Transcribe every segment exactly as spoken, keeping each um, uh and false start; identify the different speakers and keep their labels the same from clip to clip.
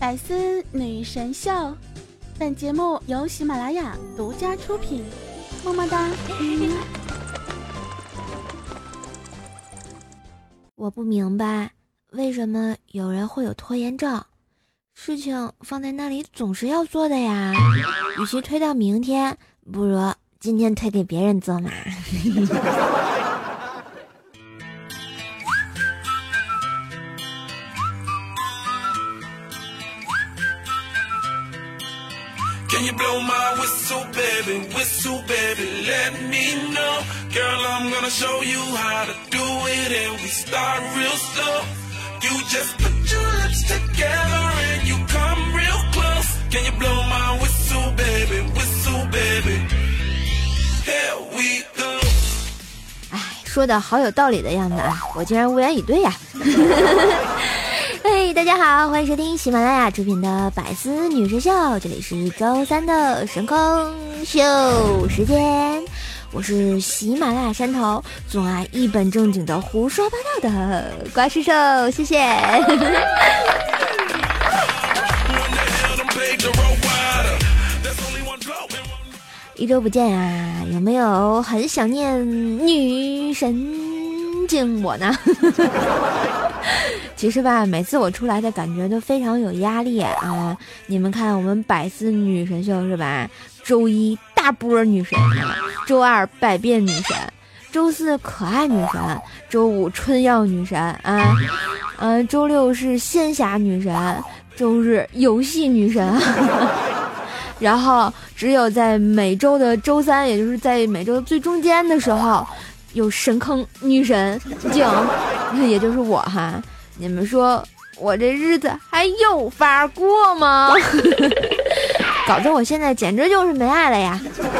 Speaker 1: 百思女神秀，本节目由喜马拉雅独家出品，么么哒。嗯、
Speaker 2: 我不明白为什么有人会有拖延症，事情放在那里总是要做的呀，与其推到明天，不如今天推给别人做嘛。
Speaker 3: Can you blow my whistle, baby, whistle, baby, let me know. Girl, I'm gonna show you how to do it and we start real slow. You just put your lips together and you come real close. Can you blow my whistle, baby, whistle, baby, here we go.
Speaker 2: 哎，说的好有道理的样子啊，我竟然无言以对呀。嘿，大家好，欢迎收听喜马拉雅出品的《百思女神秀》，这里是周三的神空秀时间，我是喜马拉雅山头总爱一本正经的胡说八道的瓜师兽，谢谢。一周不见啊，有没有很想念女神经我呢？其实吧，每次我出来的感觉都非常有压力啊！你们看，我们百思女神秀是吧？周一大波女神，周二百变女神，周四可爱女神，周五春药女神啊，嗯、呃，周六是仙侠女神，周日游戏女神。然后只有在每周的周三，也就是在每周最中间的时候，有神坑女神经，也就是我哈。你们说我这日子还有法过吗？搞得我现在简直就是没爱了呀。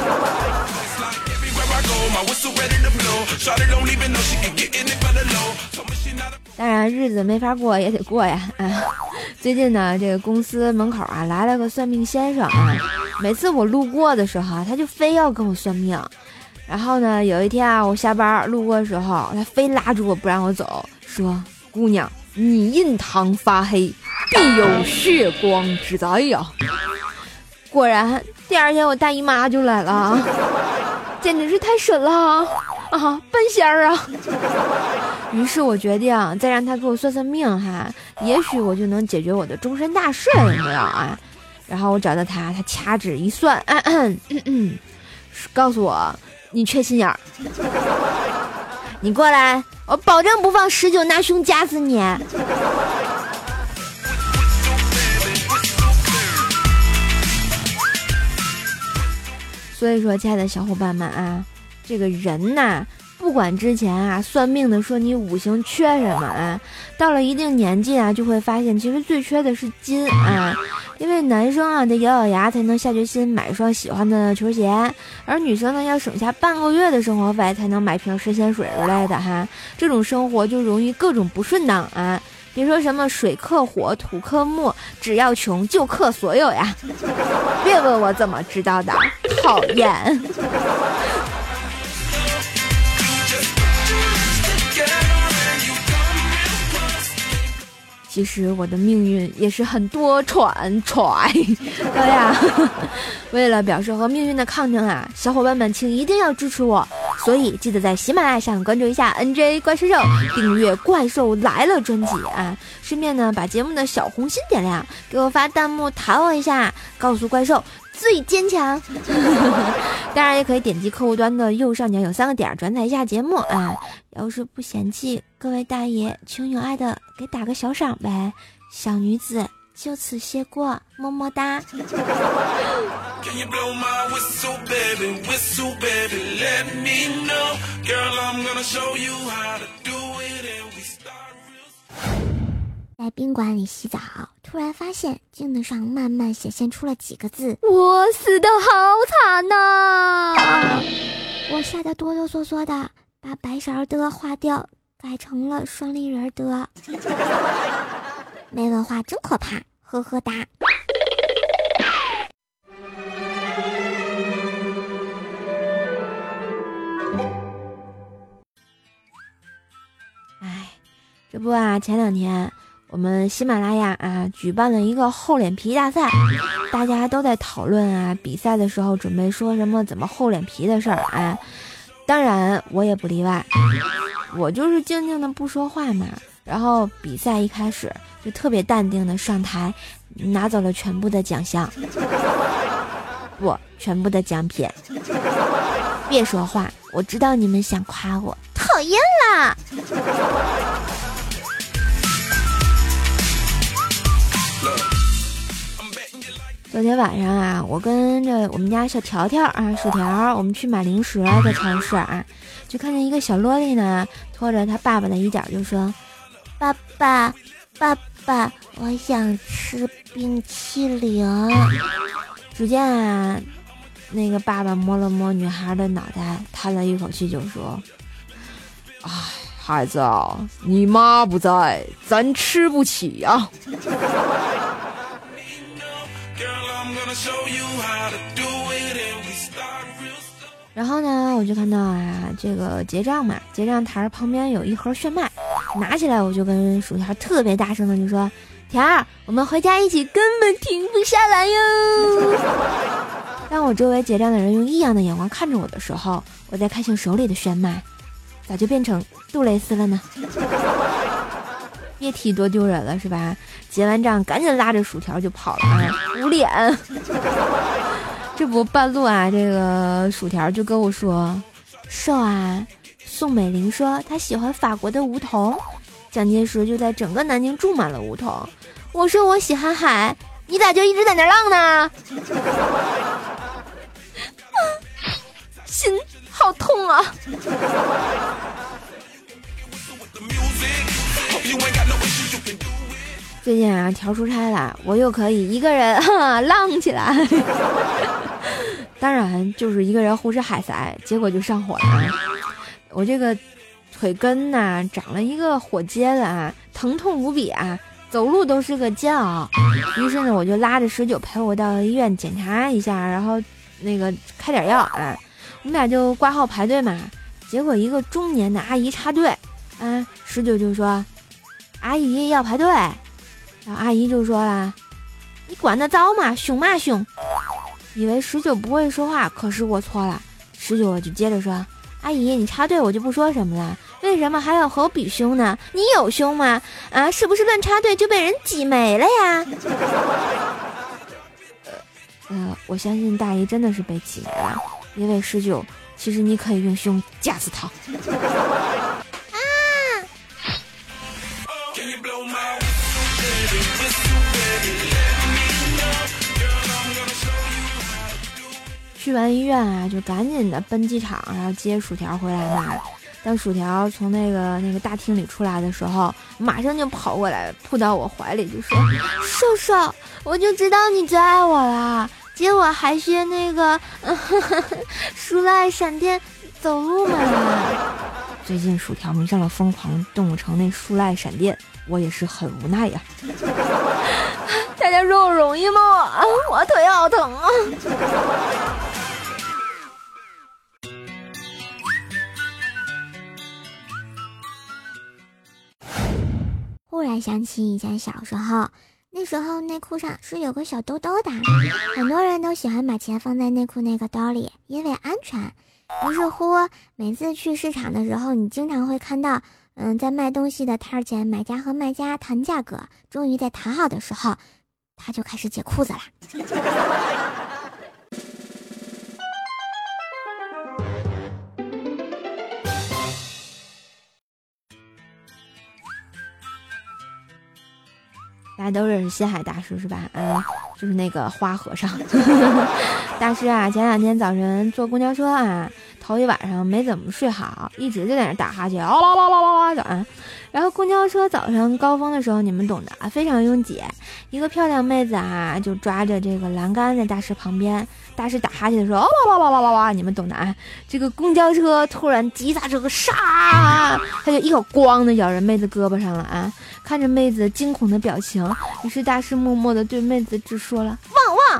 Speaker 2: 当然日子没法过也得过呀啊！最近呢，这个公司门口啊来了个算命先生啊，每次我路过的时候啊，他就非要跟我算命。然后呢，有一天啊，我下班路过的时候，他非拉住我不让我走，说：“姑娘，你印堂发黑，必有血光之灾呀！”果然，第二天我大姨妈就来了，简直是太神了啊，半仙儿啊！于是我决定再让他给我算算命哈，也许我就能解决我的终身大事，有没有啊？然后我找到他，他掐指一算，嗯嗯嗯嗯，告诉我你缺心眼儿，你过来，我保证不放十九拿胸夹死你。所以说，亲爱的小伙伴们啊，这个人呐，不管之前啊算命的说你五行缺什么啊，到了一定年纪啊，就会发现其实最缺的是金啊。因为男生啊得咬咬牙才能下决心买一双喜欢的球鞋，而女生呢要省下半个月的生活费才能买瓶神仙水之类的哈，这种生活就容易各种不顺当啊。别说什么水克火土克木，只要穷就克所有呀。别问我怎么知道的，讨厌。其实我的命运也是很多舛舛对呀。为了表示和命运的抗争啊，小伙伴们请一定要支持我，所以记得在喜马拉雅上关注一下 N J 怪兽兽，订阅怪兽来了专辑啊，顺便呢把节目的小红心点亮，给我发弹幕弹我一下，告诉怪兽最坚强。当然也可以点击客户端的右上角有三个点转载一下节目啊，要是不嫌弃，各位大爷请有爱的给打个小赏呗，小女子就此谢过，么么哒。
Speaker 3: Can you blow my whistle, baby, whistle, baby, let me know. Girl, I'm gonna show you how to do it and we start real.
Speaker 4: 在宾馆里洗澡，突然发现镜子上慢慢显现出了几个字：
Speaker 2: 我死得好惨呐、啊！
Speaker 4: 我吓得哆哆嗦嗦的把白勺的划掉，改成了双立人的。没文化真可怕，呵呵哒。
Speaker 2: 哎，这不啊，前两天我们喜马拉雅啊举办了一个厚脸皮大赛，大家都在讨论啊，比赛的时候准备说什么怎么厚脸皮的事儿啊。当然我也不例外，我就是静静的不说话嘛。然后比赛一开始就特别淡定的上台，拿走了全部的奖项，不，全部的奖品。别说话，我知道你们想夸我，讨厌啦！昨天晚上啊，我跟着我们家小条条啊，薯条，我们去买零食在超市啊，就看见一个小萝莉呢，拖着他爸爸的衣角就说：“爸爸，爸爸，我想吃冰淇淋。”只见啊，那个爸爸摸了摸女孩的脑袋，叹了一口气就说：“哎，孩子啊，你妈不在，咱吃不起啊。”然后呢，我就看到啊，这个结账嘛，结账台旁边有一盒炫迈，拿起来我就跟薯条特别大声的就说：“条儿，我们回家一起，根本停不下来哟。”当我周围结账的人用异样的眼光看着我的时候，我在看向手里的炫迈，咋就变成杜蕾斯了呢？别提多丢人了是吧？结完账赶紧拉着薯条就跑了啊，捂脸。这不半路啊，这个薯条就跟我说：“瘦啊，宋美龄说她喜欢法国的梧桐，蒋介石就在整个南京种满了梧桐。我说我喜欢海，你咋就一直在那浪呢？”心好痛啊！最近啊，调出差了，我又可以一个人哈浪起来。当然就是一个人胡吃海塞，结果就上火了。我这个腿根呐、啊、长了一个火疖子啊，疼痛无比啊，走路都是个煎熬。于是呢，我就拉着十九陪我到医院检查一下，然后那个开点药啊。我们俩就挂号排队嘛，结果一个中年的阿姨插队，啊，十九就说：“阿姨要排队。”然后阿姨就说了：“你管得着吗？凶嘛凶！”以为十九不会说话，可是我错了。十九就接着说：“阿姨，你插队我就不说什么了，为什么还要和我比凶呢？你有凶吗？啊，是不是乱插队就被人挤没了呀？”呃，我相信大姨真的是被挤没了，因为十九，其实你可以用凶架死他。啊！去完医院啊，就赶紧的奔机场，然后接薯条回来嘛。当薯条从那个那个大厅里出来的时候，马上就跑过来扑到我怀里，就说：“瘦瘦，我就知道你最爱我了。结果还学那个舒赖闪电走路嘛。”最近薯条迷上了疯狂动物城那舒赖闪电，我也是很无奈呀。大家说我容易吗？我腿好疼啊。
Speaker 4: 忽然想起以前小时候，那时候内裤上是有个小兜兜的，很多人都喜欢把钱放在内裤那个兜里，因为安全。于是乎，每次去市场的时候，你经常会看到，嗯，在卖东西的摊前，买家和卖家谈价格，终于在谈好的时候，他就开始解裤子了。
Speaker 2: 大家都认识西海大师是吧？嗯，就是那个花和尚。大师啊，前两天早晨坐公交车啊，头一晚上没怎么睡好，一直就在那打哈欠，哇哇哇哇哇哇的。然后公交车早上高峰的时候，你们懂的，非常拥挤。一个漂亮妹子啊，就抓着这个栏杆在大师旁边。大师打哈欠的时候，哇哇哇哇哇哇，你们懂的啊。这个公交车突然急刹车，唰，他就一口咣的咬人妹子胳膊上了啊！看着妹子惊恐的表情，于是大师默默的对妹子只说了汪汪。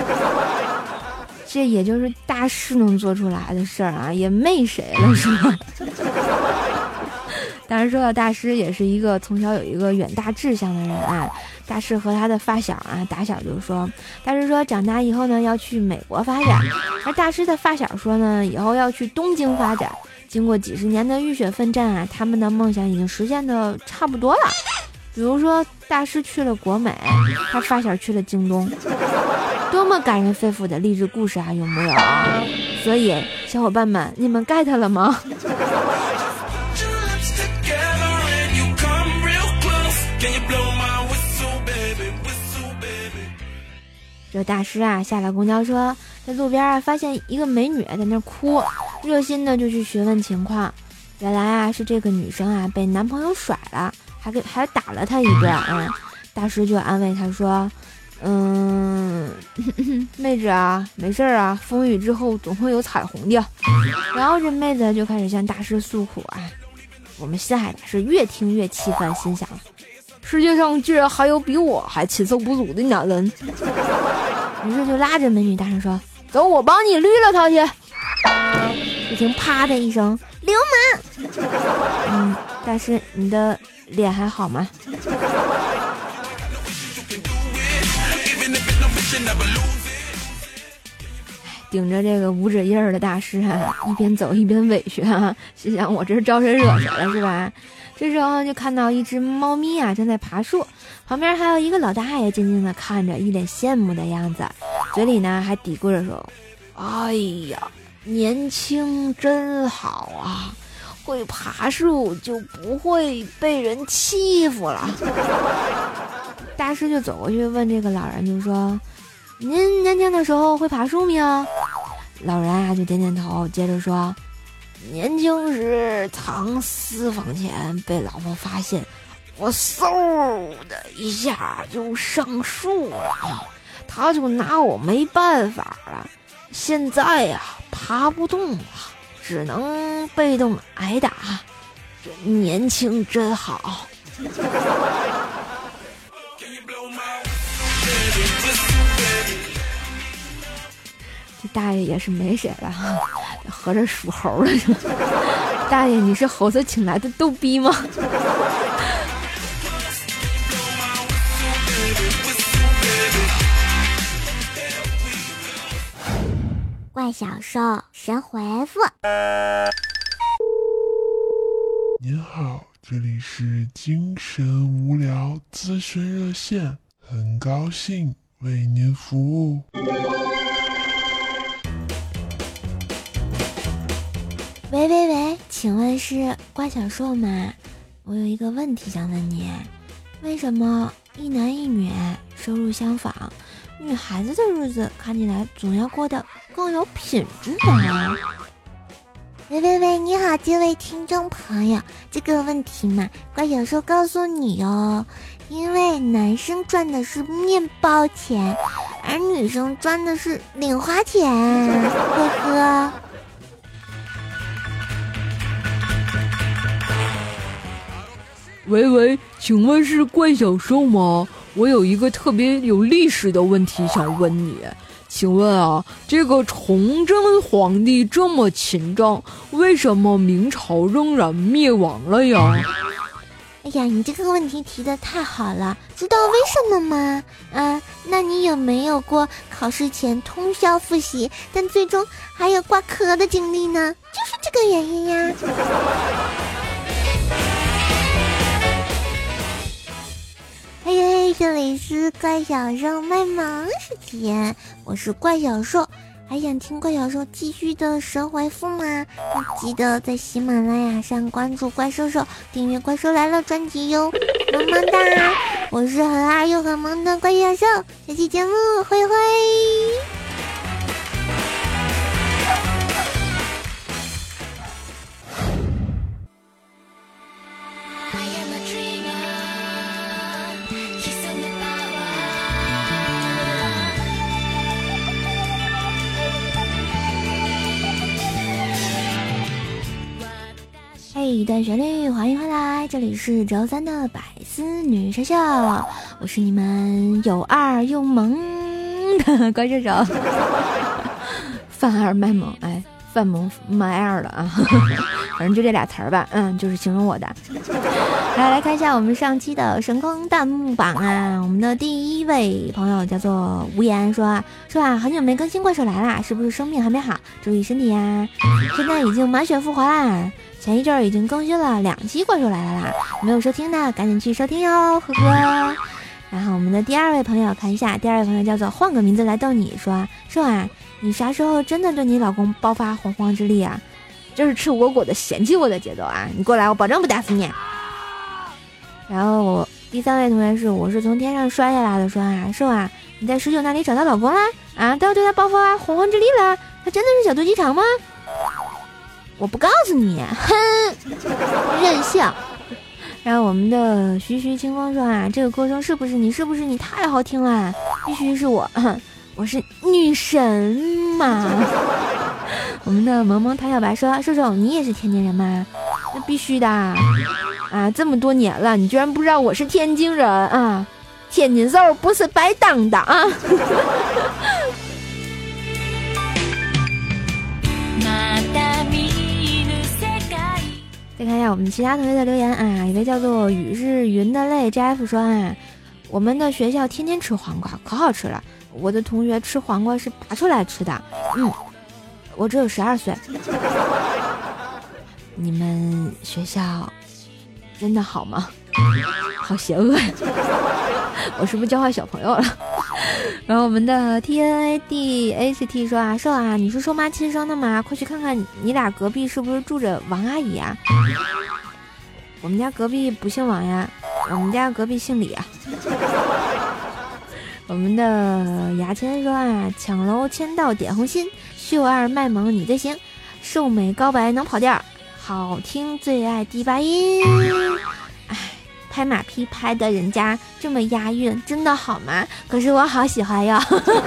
Speaker 2: 这也就是大师能做出来的事儿啊，也没谁了是吧？ 当然说到大师，也是一个从小有一个远大志向的人啊。大师和他的发小啊，打小就说，大师说长大以后呢要去美国发展，而大师的发小说呢以后要去东京发展。经过几十年的浴血奋战啊，他们的梦想已经实现的差不多了。比如说大师去了国美，他发小去了京东，多么感人肺腑的励志故事啊，有没有？所以小伙伴们，你们 get 了吗？这大师啊下了公交车，在路边啊发现一个美女在那哭，热心的就去询问情况。原来啊是这个女生啊被男朋友甩了，还给还打了他一顿啊。大师就安慰她说，嗯呵呵妹子啊，没事啊，风雨之后总会有彩虹的。然后这妹子就开始向大师诉苦啊。我们心海大师越听越气愤，心想世界上居然还有比我还禽兽不如的男人。于是就拉着美女大声说，走，我帮你绿了他去。只听啪的一声，流氓。嗯，大师你的脸还好吗？顶着这个五指印儿的大师啊，一边走一边委屈啊，心想我这是招谁惹谁了是吧？这时候就看到一只猫咪啊正在爬树，旁边还有一个老大爷静静的看着，一脸羡慕的样子，嘴里呢还嘀咕着说，哎呀，年轻真好啊，会爬树就不会被人欺负了。大师就走过去问这个老人，就说，您年轻的时候会爬树吗？老人啊就点点头，接着说，年轻时藏私房钱被老婆发现，我嗖的一下就上树了，他就拿我没办法了。现在呀、啊、爬不动了，只能被动挨打。这年轻真好。这大爷也是没谁了，合着属猴了是吧？大爷，你是猴子请来的逗逼吗？
Speaker 4: 怪小兽神回复。
Speaker 5: 您好，这里是精神无聊咨询热线，很高兴为您服务。
Speaker 4: 喂喂喂，请问是怪小兽吗？我有一个问题想问你，为什么一男一女收入相仿，女孩子的日子看起来总要过得更有品质呢？喂喂喂，你好，这位听众朋友，这个问题嘛，怪小兽告诉你哦，因为男生赚的是面包钱，而女生赚的是零花钱，呵呵。
Speaker 6: 喂喂，请问是怪小兽吗？我有一个特别有历史的问题想问你，请问啊，这个崇祯皇帝这么勤政，为什么明朝仍然灭亡了呀？
Speaker 4: 哎呀，你这个问题提得太好了，知道为什么吗？啊，那你有没有过考试前通宵复习，但最终还有挂科的经历呢？就是这个原因呀。嘿嘿，这里是怪小兽卖萌时间，我是怪小兽，还想听怪小兽继续的神回复吗？那记得在喜马拉雅上关注怪兽兽，订阅怪兽来了专辑哟，么么哒！我是很爱又很萌的怪小兽，下期节目挥挥。一段旋律，欢迎回来，这里是周三的百思女神秀，我是你们有二又萌的怪兽手，贩二卖萌，哎，贩萌卖二了啊！
Speaker 2: 反正就这俩词儿吧，嗯，就是形容我的。来来看一下我们上期的神坑弹幕榜啊，我们的第一位朋友叫做无言，说啊说啊很久没更新怪兽来啦，是不是生病还没好，注意身体呀。现在已经满血复活啦，前一阵儿已经更新了两期怪兽来了啦，没有收听的赶紧去收听哟，呵呵。然后我们的第二位朋友看一下，第二位朋友叫做换个名字来逗你，说说啊你啥时候真的对你老公爆发洪荒之力啊？这是吃我果的嫌弃我的节奏啊！你过来，我保证不打死你。然后我第三位同学是，我是从天上摔下来的，说啊，说啊，你在十九那里找到老公啦？啊，都要对他爆发洪荒之力了？他真的是小肚鸡肠吗？我不告诉你，哼，任性。然后我们的徐徐清风说啊，这个歌声是不是你？是不是你？太好听了，必须是我，我是女神嘛。我们的萌萌谭小白说，瘦瘦你也是天津人吗？那必须的啊，这么多年了你居然不知道我是天津人啊，天津肉不是白当的啊。再看一下我们其他同学的留言啊，一位叫做雨是云的泪 J F 说啊，我们的学校天天吃黄瓜，可好吃了，我的同学吃黄瓜是拔出来吃的，嗯，我只有十二岁。你们学校真的好吗？好邪恶呀！我是不是教坏小朋友了？然后我们的 T N A D H T 说啊，瘦啊，你是瘦妈亲生的吗？快去看看你俩隔壁是不是住着王阿姨啊？我们家隔壁不姓王呀，我们家隔壁姓李啊。我们的牙签说啊，抢楼签到点红心，秀二卖萌你最行，瘦美高白能跑调，好听最爱第八音。哎，拍马屁拍的人家这么押韵，真的好吗？可是我好喜欢哟。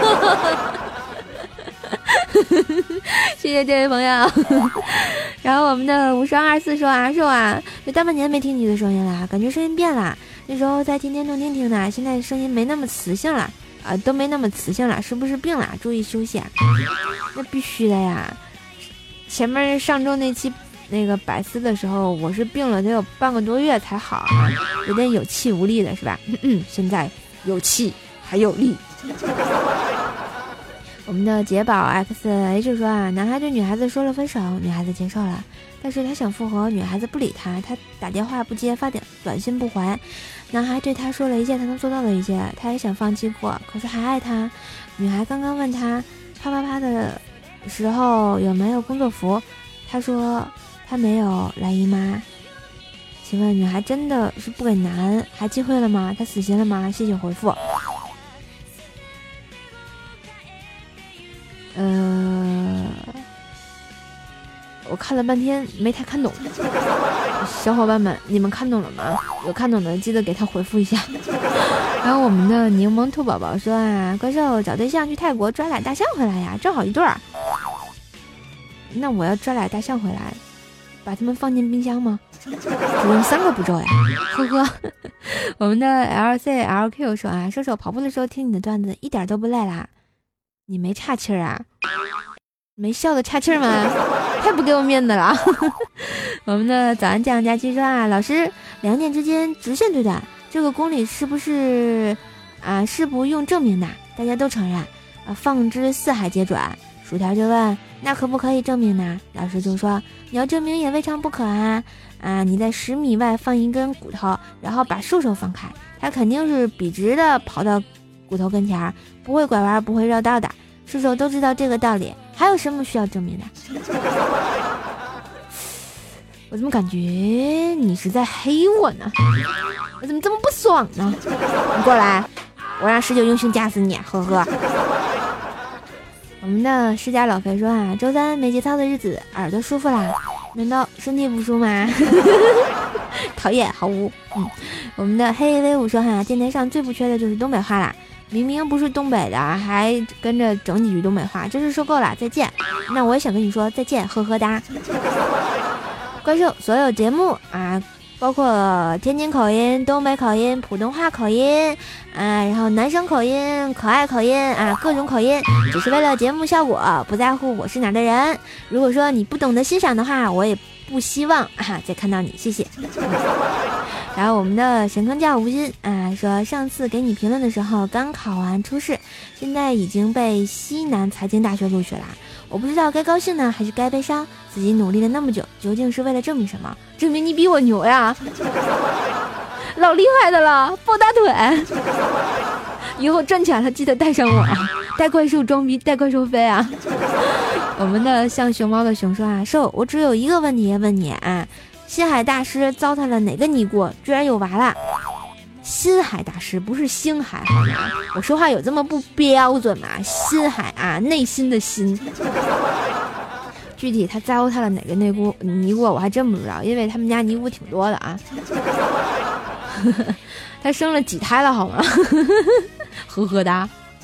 Speaker 2: 谢谢这位朋友。然后我们的无双二四说啊，说啊，有大半年没听你的声音了，感觉声音变了。那时候在天天动听听的，现在声音没那么磁性了，啊、呃，都没那么磁性了，是不是病了？注意休息啊！那必须的呀。前面上周那期那个百思的时候，我是病了得有半个多月才好、啊，有点有气无力的是吧？嗯嗯，现在有气还有力。我们的杰宝 X H 说啊，男孩对女孩子说了分手，女孩子接受了，但是他想复合，女孩子不理他，他打电话不接，发点短信不还，男孩对他说了一切他能做到的一切，他也想放弃过，可是还爱他。女孩刚刚问他啪啪啪的时候有没有工作服，他说他没有，来姨妈。请问女孩真的是不给男还机会了吗？他死心了吗？谢谢回复。呃，我看了半天没太看懂，小伙伴们你们看懂了吗？有看懂的记得给他回复一下。然后我们的柠檬兔宝宝说啊，怪兽找对象去泰国抓俩大象回来呀，正好一对儿。那我要抓俩大象回来，把它们放进冰箱吗？只用三个步骤呀，呵呵。我们的 L C L Q 说啊，射手跑步的时候听你的段子一点都不累啦。你没岔气儿啊？没笑的岔气儿吗？太不给我面子了。我们的早安酱佳期说啊，老师，两点之间直线对断，这个公理是不是啊？是不用证明的，大家都承认。啊，放之四海皆准。薯条就问，那可不可以证明呢？老师就说，你要证明也未尝不可啊。啊，你在十米外放一根骨头，然后把兽兽放开，它肯定是笔直的跑到骨头跟前，不会拐弯，不会绕道的。兽兽都知道这个道理，还有什么需要证明的？我怎么感觉你是在黑我呢？我怎么这么不爽呢？你过来，我让十九英雄夹死你，呵呵。我们的世家老肥说啊，周三没节操的日子，耳朵舒服啦，难道身体不舒吗？讨厌，毫无。嗯，我们的黑威武说哈，电台上最不缺的就是东北话啦，明明不是东北的，还跟着整几句东北话，真是受够了，再见。那我也想跟你说再见，呵呵哒。怪兽所有节目啊，包括天津口音、东北口音、普通话口音啊，然后男生口音、可爱口音啊，各种口音，只是为了节目效果，不在乎我是哪的人。如果说你不懂得欣赏的话，我也不希望啊再看到你，谢谢。然后我们的神坑教无心啊说，上次给你评论的时候刚考完初试，现在已经被西南财经大学录取了，我不知道该高兴呢还是该悲伤，自己努力了那么久，究竟是为了证明什么？证明你比我牛呀，老厉害的了，抱大腿。以后赚钱了记得带上我，带怪兽装逼，带怪兽飞啊。我们的像熊猫的熊说啊，兽，我只有一个问题问你啊，星海大师糟蹋了哪个尼姑，居然有娃了？星海大师不是星海好吗？我说话有这么不标准吗？星海啊，内心的心。具体他糟蹋了哪个尼姑尼姑我还真不知道，因为他们家尼姑挺多的啊。他生了几胎了好吗？呵呵哒。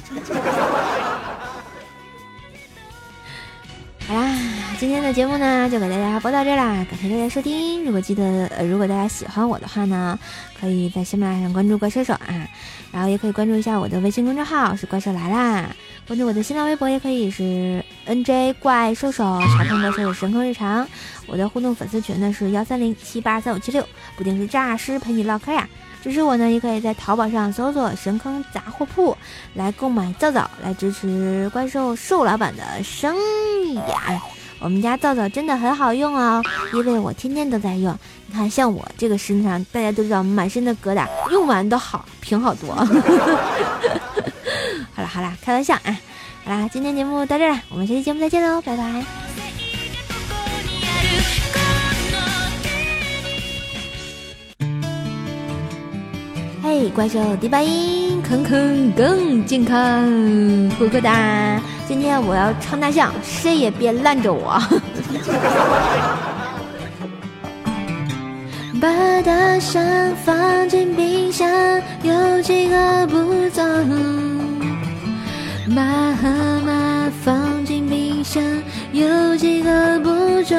Speaker 2: 好啦，今天的节目呢就给大家播到这啦，感谢大家收听。如果记得呃，如果大家喜欢我的话呢，可以在喜马拉雅上关注怪兽手啊，然后也可以关注一下我的微信公众号是怪兽来啦，关注我的新浪微博也可以是 N J 怪兽手，查看怪兽的神坑日常。我的互动粉丝群呢是幺三零七八三五七六，不定时诈尸陪你唠嗑呀。支持我呢，也可以在淘宝上搜索神坑杂货铺来购买皂皂，来支持怪兽兽老板的生意呀。我们家皂皂真的很好用哦，因为我天天都在用。你看像我这个身上大家都知道满身的疙瘩，用完都好平好多。好了好了，开玩笑啊。好啦，今天节目到这了，我们下期节目再见喽，拜拜。嘿，怪兽第八音，坑坑更健康，呵呵哒！今天我要唱大象，谁也别拦着我。把大象放进冰箱有几个步骤？把河马放进冰箱有几个步骤？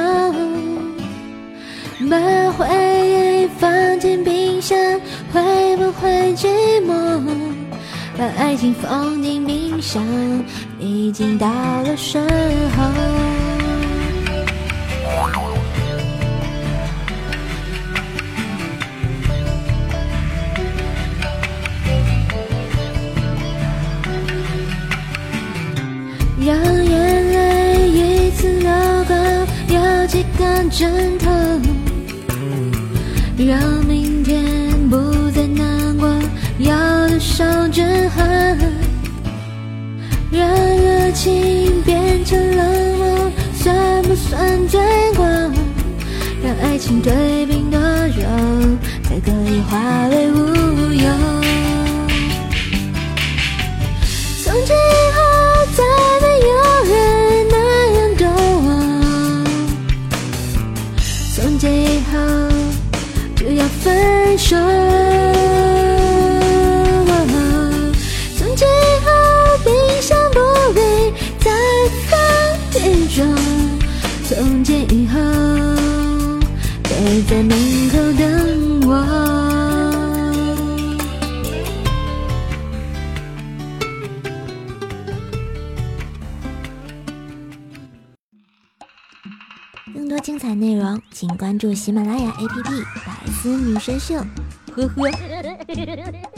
Speaker 2: 把回忆放进冰箱会不会寂寞？把爱情放进冰箱已经到了时候。让眼泪一次流光，有几个枕头？让明天不再难过，要多少震撼？让热情变成冷漠，算不算罪过？让爱情对冰多久，才可以化为乌有？从今以后再没有人那样懂我，从今以后就要分手。从今以后冰箱不必再放一种，从今以后别在门口等我。更多精彩内容请关注喜马拉雅 A P P 百思女神秀。呵呵。